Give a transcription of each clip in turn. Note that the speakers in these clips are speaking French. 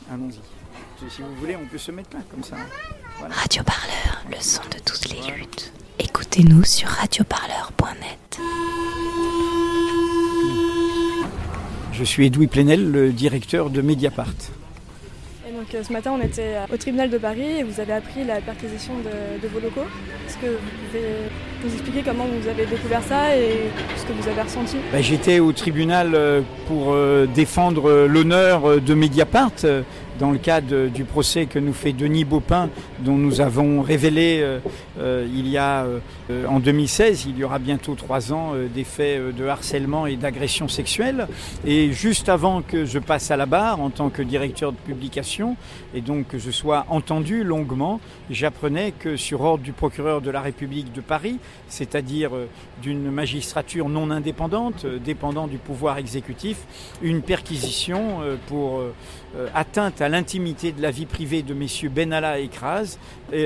Allons-y. Si vous voulez, on peut se mettre là, comme ça. Voilà. Radio Parleur, le son de toutes les luttes. Écoutez-nous sur radioparleur.net. Je suis Edoui Plenel, le directeur de Mediapart. Et donc ce matin, on était au tribunal de Paris et vous avez appris la perquisition de vos locaux. Est-ce que vous pouvez nous expliquer comment vous avez découvert ça et ce que vous avez ressenti ? J'étais au tribunal pour défendre l'honneur de Mediapart dans le cadre du procès que nous fait Denis Baupin, dont nous avons révélé en 2016, il y aura bientôt 3 ans, des faits de harcèlement et d'agression sexuelle. Et juste avant que je passe à la barre en tant que directeur de publication, et donc que je sois entendu longuement, j'apprenais que sur ordre du procureur de la République de Paris, c'est-à-dire d'une magistrature non indépendante, dépendant du pouvoir exécutif, une perquisition pour atteinte à l'intimité de la vie privée de messieurs Benalla et Kras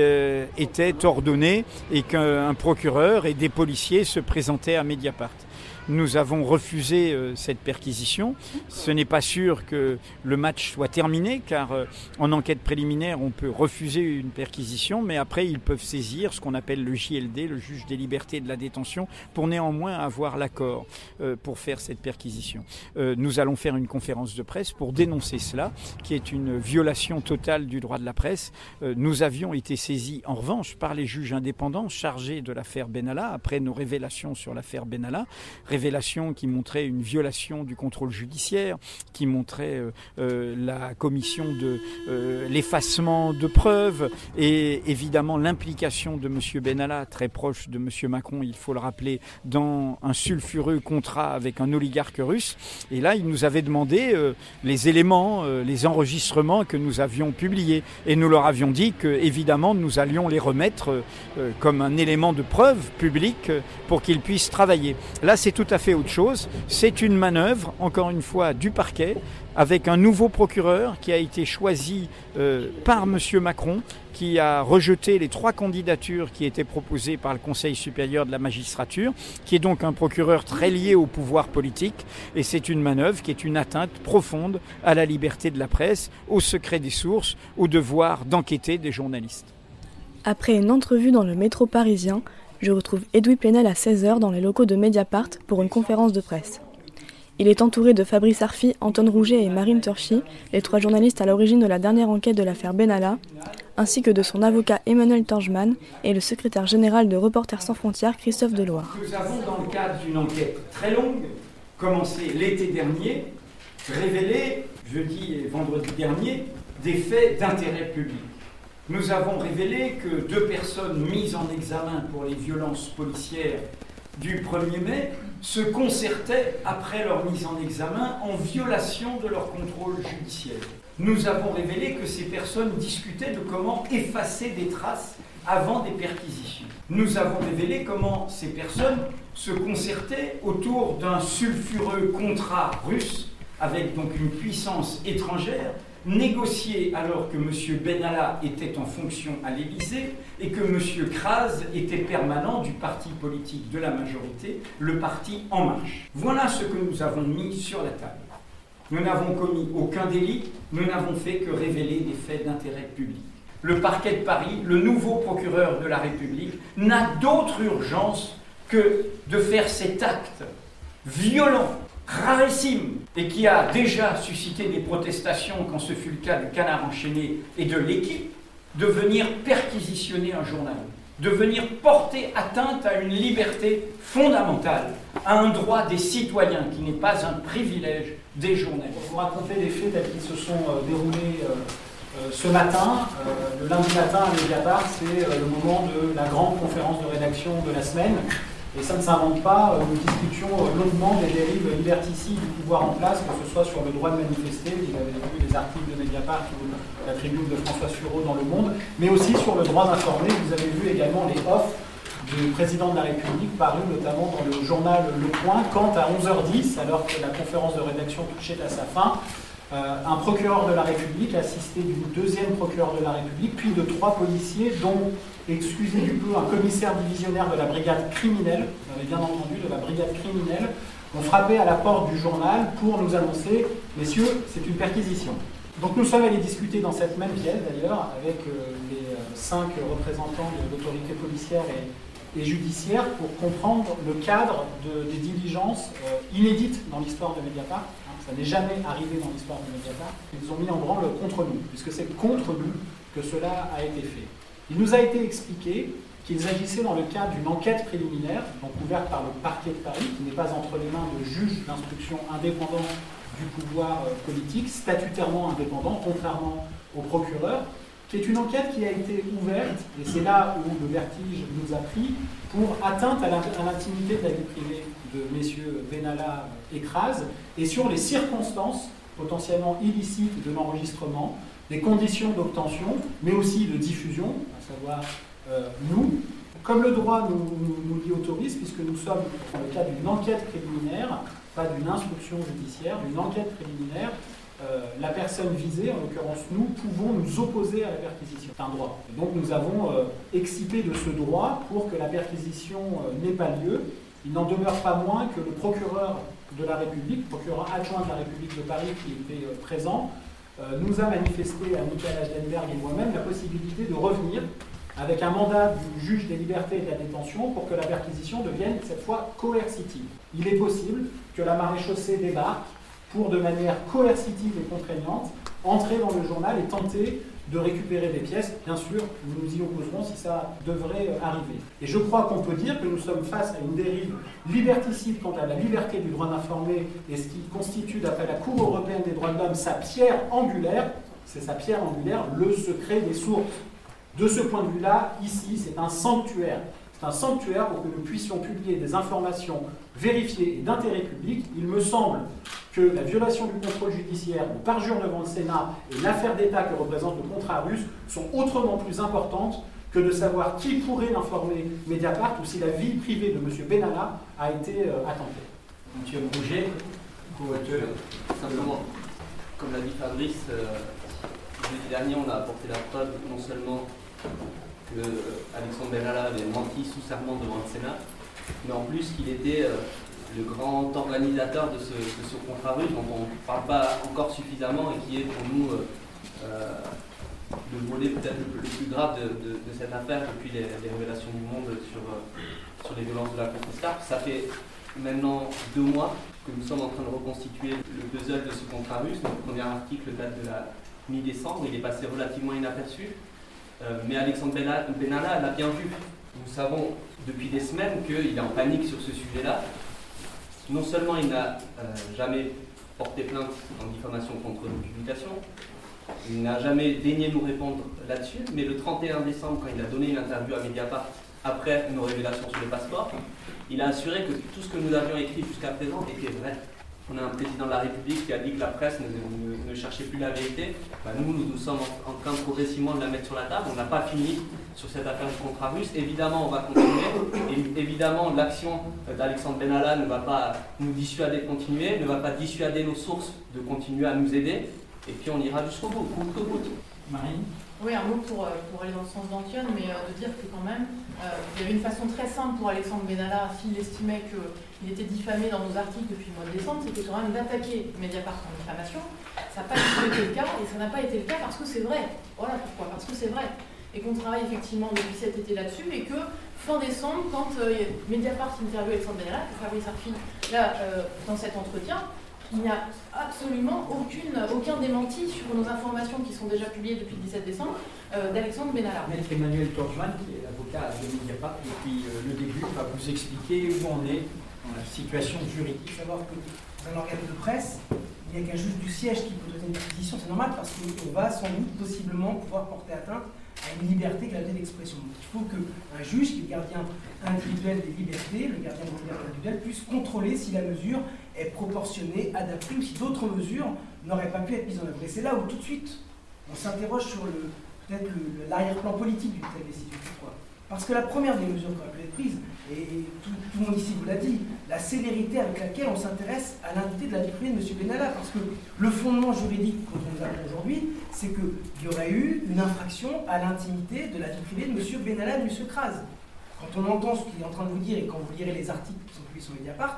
était ordonnée et qu'un procureur et des policiers se présentaient à Mediapart. Nous avons refusé cette perquisition. Ce n'est pas sûr que le match soit terminé, car en enquête préliminaire, on peut refuser une perquisition, mais après, ils peuvent saisir ce qu'on appelle le JLD, le juge des libertés et de la détention, pour néanmoins avoir l'accord pour faire cette perquisition. Nous allons faire une conférence de presse pour dénoncer cela, qui est une violation totale du droit de la presse. Nous avions été saisis, en revanche, par les juges indépendants chargés de l'affaire Benalla, après nos révélations sur l'affaire Benalla, révélation qui montrait une violation du contrôle judiciaire, qui montrait la commission de l'effacement de preuves et évidemment l'implication de M. Benalla, très proche de M. Macron, il faut le rappeler, dans un sulfureux contrat avec un oligarque russe. Et là, il nous avait demandé les éléments, les enregistrements que nous avions publiés. Et nous leur avions dit que, évidemment, nous allions les remettre comme un élément de preuve publique pour qu'ils puissent travailler. Là, c'est tout à fait autre chose. C'est une manœuvre, encore une fois, du parquet, avec un nouveau procureur qui a été choisi par M. Macron, qui a rejeté les 3 candidatures qui étaient proposées par le Conseil supérieur de la magistrature, qui est donc un procureur très lié au pouvoir politique. Et c'est une manœuvre qui est une atteinte profonde à la liberté de la presse, au secret des sources, au devoir d'enquêter des journalistes. Après une entrevue dans le métro parisien, je retrouve Edoui Plenel à 16h dans les locaux de Mediapart pour une conférence de presse. Il est entouré de Fabrice Arfi, Anton Rouget et Marine Turchi, les 3 journalistes à l'origine de la dernière enquête de l'affaire Benalla, ainsi que de son avocat Emmanuel Torgeman et le secrétaire général de Reporters sans frontières Christophe Deloire. Nous avons, dans le cadre d'une enquête très longue, commencé l'été dernier, révélé, jeudi et vendredi dernier, des faits d'intérêt public. Nous avons révélé que 2 personnes mises en examen pour les violences policières du 1er mai se concertaient après leur mise en examen en violation de leur contrôle judiciaire. Nous avons révélé que ces personnes discutaient de comment effacer des traces avant des perquisitions. Nous avons révélé comment ces personnes se concertaient autour d'un sulfureux contrat russe avec donc une puissance étrangère, négocié alors que M. Benalla était en fonction à l'Élysée et que M. Kras était permanent du parti politique de la majorité, le parti En Marche. Voilà ce que nous avons mis sur la table. Nous n'avons commis aucun délit, nous n'avons fait que révéler des faits d'intérêt public. Le parquet de Paris, le nouveau procureur de la République, n'a d'autre urgence que de faire cet acte violent, rarissime, et qui a déjà suscité des protestations quand ce fut le cas du Canard enchaîné et de l'Équipe, de venir perquisitionner un journal, de venir porter atteinte à une liberté fondamentale, à un droit des citoyens qui n'est pas un privilège des journalistes. Vous racontez les faits tels qu'ils se sont déroulés ce matin, le lundi matin à Mediapart, c'est le moment de la grande conférence de rédaction de la semaine. Et ça ne s'invente pas, nous discutions longuement des dérives liberticides du pouvoir en place, que ce soit sur le droit de manifester, vous avez vu les articles de Mediapart ou la tribune de François Sureau dans Le Monde, mais aussi sur le droit d'informer. Vous avez vu également les offs du président de la République parus notamment dans le journal Le Point, quand à 11h10, alors que la conférence de rédaction touchait à sa fin, un procureur de la République assisté d'une 2e procureure de la République, puis de 3 policiers, dont, excusez du peu, un commissaire divisionnaire de la brigade criminelle, vous avez bien entendu, de la brigade criminelle, ont frappé à la porte du journal pour nous annoncer « Messieurs, c'est une perquisition ». Donc nous sommes allés discuter dans cette même pièce d'ailleurs avec les 5 représentants de l'autorité policière et judiciaire pour comprendre le cadre des diligences inédites dans l'histoire de Mediapart. Ça n'est jamais arrivé dans l'histoire de Mediapart. Ils ont mis en branle contre nous, puisque c'est contre nous que cela a été fait. Il nous a été expliqué qu'ils agissaient dans le cadre d'une enquête préliminaire, donc ouverte par le parquet de Paris, qui n'est pas entre les mains de juges d'instruction indépendants du pouvoir politique, statutairement indépendants, contrairement au procureur, qui est une enquête qui a été ouverte, et c'est là où le vertige nous a pris, pour atteinte à l'intimité de la vie privée de messieurs Benalla et Kras, et sur les circonstances potentiellement illicites de l'enregistrement, les conditions d'obtention, mais aussi de diffusion, à savoir nous, comme le droit nous y autorise, puisque nous sommes dans le cadre d'une enquête préliminaire, pas d'une instruction judiciaire, d'une enquête préliminaire, la personne visée, en l'occurrence nous, pouvons nous opposer à la perquisition. C'est un droit. Et donc nous avons excipé de ce droit pour que la perquisition n'ait pas lieu. Il n'en demeure pas moins que le procureur de la République, procureur adjoint de la République de Paris qui était présent, nous a manifesté à Michael Aschenberg et moi-même la possibilité de revenir avec un mandat du juge des libertés et de la détention pour que la perquisition devienne cette fois coercitive. Il est possible que la maréchaussée débarque pour, de manière coercitive et contraignante, entrer dans le journal et tenter de récupérer des pièces. Bien sûr, nous nous y opposerons si ça devrait arriver. Et je crois qu'on peut dire que nous sommes face à une dérive liberticide quant à la liberté du droit d'informer et ce qui constitue, d'après la Cour européenne des droits de l'homme, sa pierre angulaire, c'est sa pierre angulaire, le secret des sources. De ce point de vue-là, ici, c'est un sanctuaire. C'est un sanctuaire pour que nous puissions publier des informations vérifiées et d'intérêt public. Il me semble que la violation du contrôle judiciaire, le parjure devant le Sénat et l'affaire d'État que représente le contrat russe sont autrement plus importantes que de savoir qui pourrait informer Mediapart ou si la vie privée de M. Benalla a été attentée. Monsieur Rouget, simplement, comme l'a dit Fabrice, jeudi dernier, on a apporté la preuve non seulement que Alexandre Benalla avait menti sous serment devant le Sénat, mais en plus qu'il était le grand organisateur de ce contrat russe dont on ne parle pas encore suffisamment et qui est pour nous le volet peut-être le plus grave de cette affaire depuis les révélations du Monde sur les violences de la contrescarpe. Ça fait maintenant 2 mois que nous sommes en train de reconstituer le puzzle de ce contrat russe. Notre premier article date de la mi-décembre, il est passé relativement inaperçu. Mais Alexandre Benalla l'a bien vu. Nous savons depuis des semaines qu'il est en panique sur ce sujet-là. Non seulement il n'a jamais porté plainte en diffamation contre nos publications, il n'a jamais daigné nous répondre là-dessus, mais le 31 décembre, quand il a donné une interview à Mediapart après nos révélations sur les passeports, il a assuré que tout ce que nous avions écrit jusqu'à présent était vrai. On a un président de la République qui a dit que la presse ne cherchait plus la vérité. Nous sommes en train progressivement de la mettre sur la table. On n'a pas fini sur cette affaire du contrat russe. Évidemment, on va continuer. Et évidemment, l'action d'Alexandre Benalla ne va pas nous dissuader de continuer, ne va pas dissuader nos sources de continuer à nous aider. Et puis on ira jusqu'au bout, coûte que coûte. Marine ? Oui, un mot pour aller dans le sens d'Antione, mais de dire que quand même, il y avait une façon très simple pour Alexandre Benalla, s'il estimait qu'il était diffamé dans nos articles depuis le mois de décembre, c'était quand même d'attaquer Mediapart en diffamation. Ça n'a pas été le cas, et ça n'a pas été le cas parce que c'est vrai. Voilà pourquoi, parce que c'est vrai. Et qu'on travaille effectivement depuis cet été là-dessus, et que fin décembre, quand Mediapart interviewe Alexandre Benalla, que Fabrice Arfi, là, dans cet entretien, il n'y a absolument aucun démenti sur nos informations qui sont déjà publiées depuis le 17 décembre d'Alexandre Benalla. Maître Emmanuel Torjuan, qui est l'avocat de Mediapart depuis le début, va vous expliquer où on est dans la situation juridique. Il faut savoir que dans un organe de presse, il n'y a qu'un juge du siège qui peut donner une réquisition, c'est normal parce qu'on va sans doute possiblement pouvoir porter atteinte à une liberté, la liberté d'expression. Donc il faut qu'un juge, qui est le gardien individuel des libertés, le gardien des libertés individuelles, puisse contrôler si la mesure est proportionnée, adaptée, ou si d'autres mesures n'auraient pas pu être mises en œuvre. Et c'est là où tout de suite on s'interroge sur peut-être l'arrière-plan politique d'une telle décision. Pourquoi ? Parce que la première des mesures qui aurait pu être prise, et tout le monde ici vous l'a dit, la célérité avec laquelle on s'intéresse à l'intimité de la vie privée de M. Benalla, parce que le fondement juridique dont nous avons aujourd'hui, c'est qu'il y aurait eu une infraction à l'intimité de la vie privée de M. Benalla et de M. Kras. Quand on entend ce qu'il est en train de vous dire, et quand vous lirez les articles qui sont publiés sur Mediapart,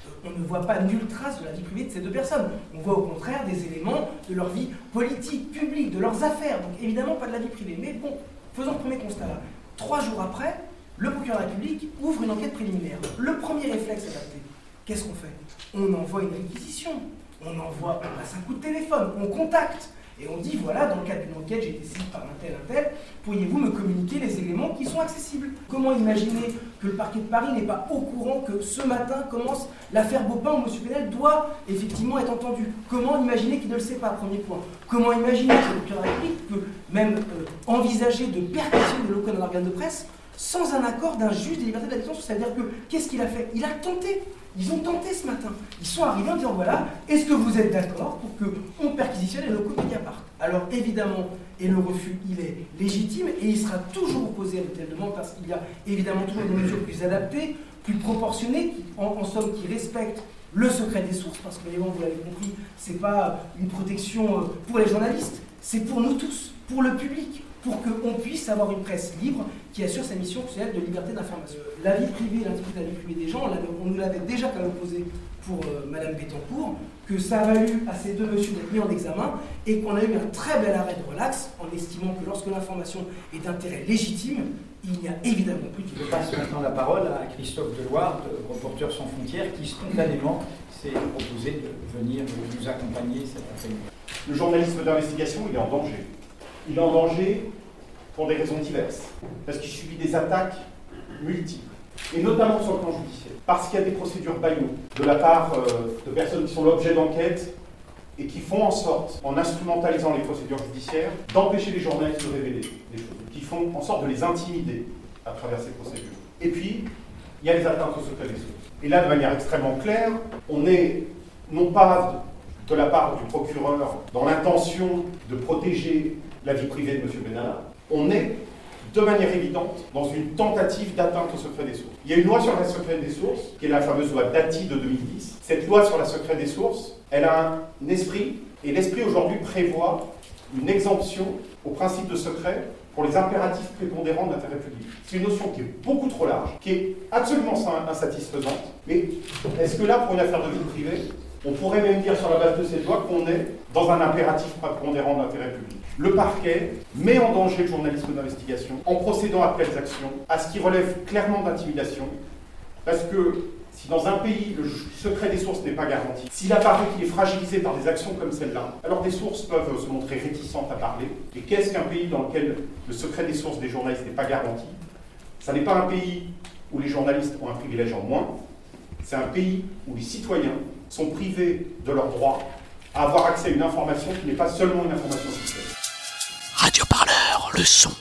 On ne voit pas nulle trace de la vie privée de ces deux personnes. On voit au contraire des éléments de leur vie politique, publique, de leurs affaires. Donc évidemment pas de la vie privée. Mais bon, faisons le premier constat là. 3 jours après, le procureur de la République ouvre une enquête préliminaire. Le premier réflexe adapté, qu'est-ce qu'on fait? On envoie une réquisition. On passe un coup de téléphone, on contacte. Et on dit, voilà, dans le cadre d'une enquête, j'ai été saisi par un tel, pourriez-vous me communiquer les éléments qui sont accessibles? Comment imaginer que le parquet de Paris n'est pas au courant que ce matin commence l'affaire Beaupin où M. Penel doit effectivement être entendu? Comment imaginer qu'il ne le sait pas, premier point? Comment imaginer que le procureur de la République peut même envisager de perquisitionner des locaux d'un organe de presse sans un accord d'un juge des libertés de la détention? C'est-à-dire que, qu'est-ce qu'il a fait? Il a tenté. Ils ont tenté ce matin. Ils sont arrivés en disant, voilà, est-ce que vous êtes d'accord pour qu'on perquisitionne les locaux de Mediapart? Alors évidemment, et le refus, il est légitime et il sera toujours opposé à une telle demande parce qu'il y a évidemment toujours des mesures plus adaptées, plus proportionnées, en somme qui respectent le secret des sources, parce que évidemment, vous l'avez compris, c'est pas une protection pour les journalistes, c'est pour nous tous, pour le public, pour qu'on puisse avoir une presse libre qui assure sa mission officielle de liberté d'information. La vie privée, l'intimité de la vie privée des gens, on nous l'avait déjà quand même posé pour Madame Bettencourt, que ça a valu à ces deux messieurs d'être mis en examen et qu'on a eu un très bel arrêt de relax en estimant que lorsque l'information est d'intérêt légitime, il n'y a évidemment plus de... Je passe maintenant la parole à Christophe Deloire, de Reporters sans frontières, qui spontanément s'est proposé de venir nous accompagner cet après-midi. Le journalisme d'investigation, il est en danger. Il est en danger pour des raisons diverses, parce qu'il subit des attaques multiples, et notamment sur le plan judiciaire, parce qu'il y a des procédures bâillons de la part de personnes qui sont l'objet d'enquêtes et qui font en sorte, en instrumentalisant les procédures judiciaires, d'empêcher les journalistes de révéler des choses, qui font en sorte de les intimider à travers ces procédures. Et puis, il y a les atteintes au secret des sources. Et là, de manière extrêmement claire, on est non pas de la part du procureur dans l'intention de protéger la vie privée de M. Benalla, on est de manière évidente dans une tentative d'atteinte au secret des sources. Il y a une loi sur le secret des sources, qui est la fameuse loi Dati de 2010. Cette loi sur le secret des sources, elle a un esprit, et l'esprit aujourd'hui prévoit une exemption au principe de secret pour les impératifs prépondérants de l'intérêt public. C'est une notion qui est beaucoup trop large, qui est absolument insatisfaisante, mais est-ce que là, pour une affaire de vie privée, on pourrait même dire sur la base de cette loi qu'on est dans un impératif prépondérant de l'intérêt public? Le parquet met en danger le journalisme d'investigation en procédant après les actions à ce qui relève clairement d'intimidation, parce que si dans un pays le secret des sources n'est pas garanti, s'il apparaît qu'il est fragilisé par des actions comme celle-là, alors des sources peuvent se montrer réticentes à parler. Et qu'est-ce qu'un pays dans lequel le secret des sources des journalistes n'est pas garanti? Ça n'est pas un pays où les journalistes ont un privilège en moins, c'est un pays où les citoyens sont privés de leur droit à avoir accès à une information qui n'est pas seulement une information officielle. Radio Parleur, le son.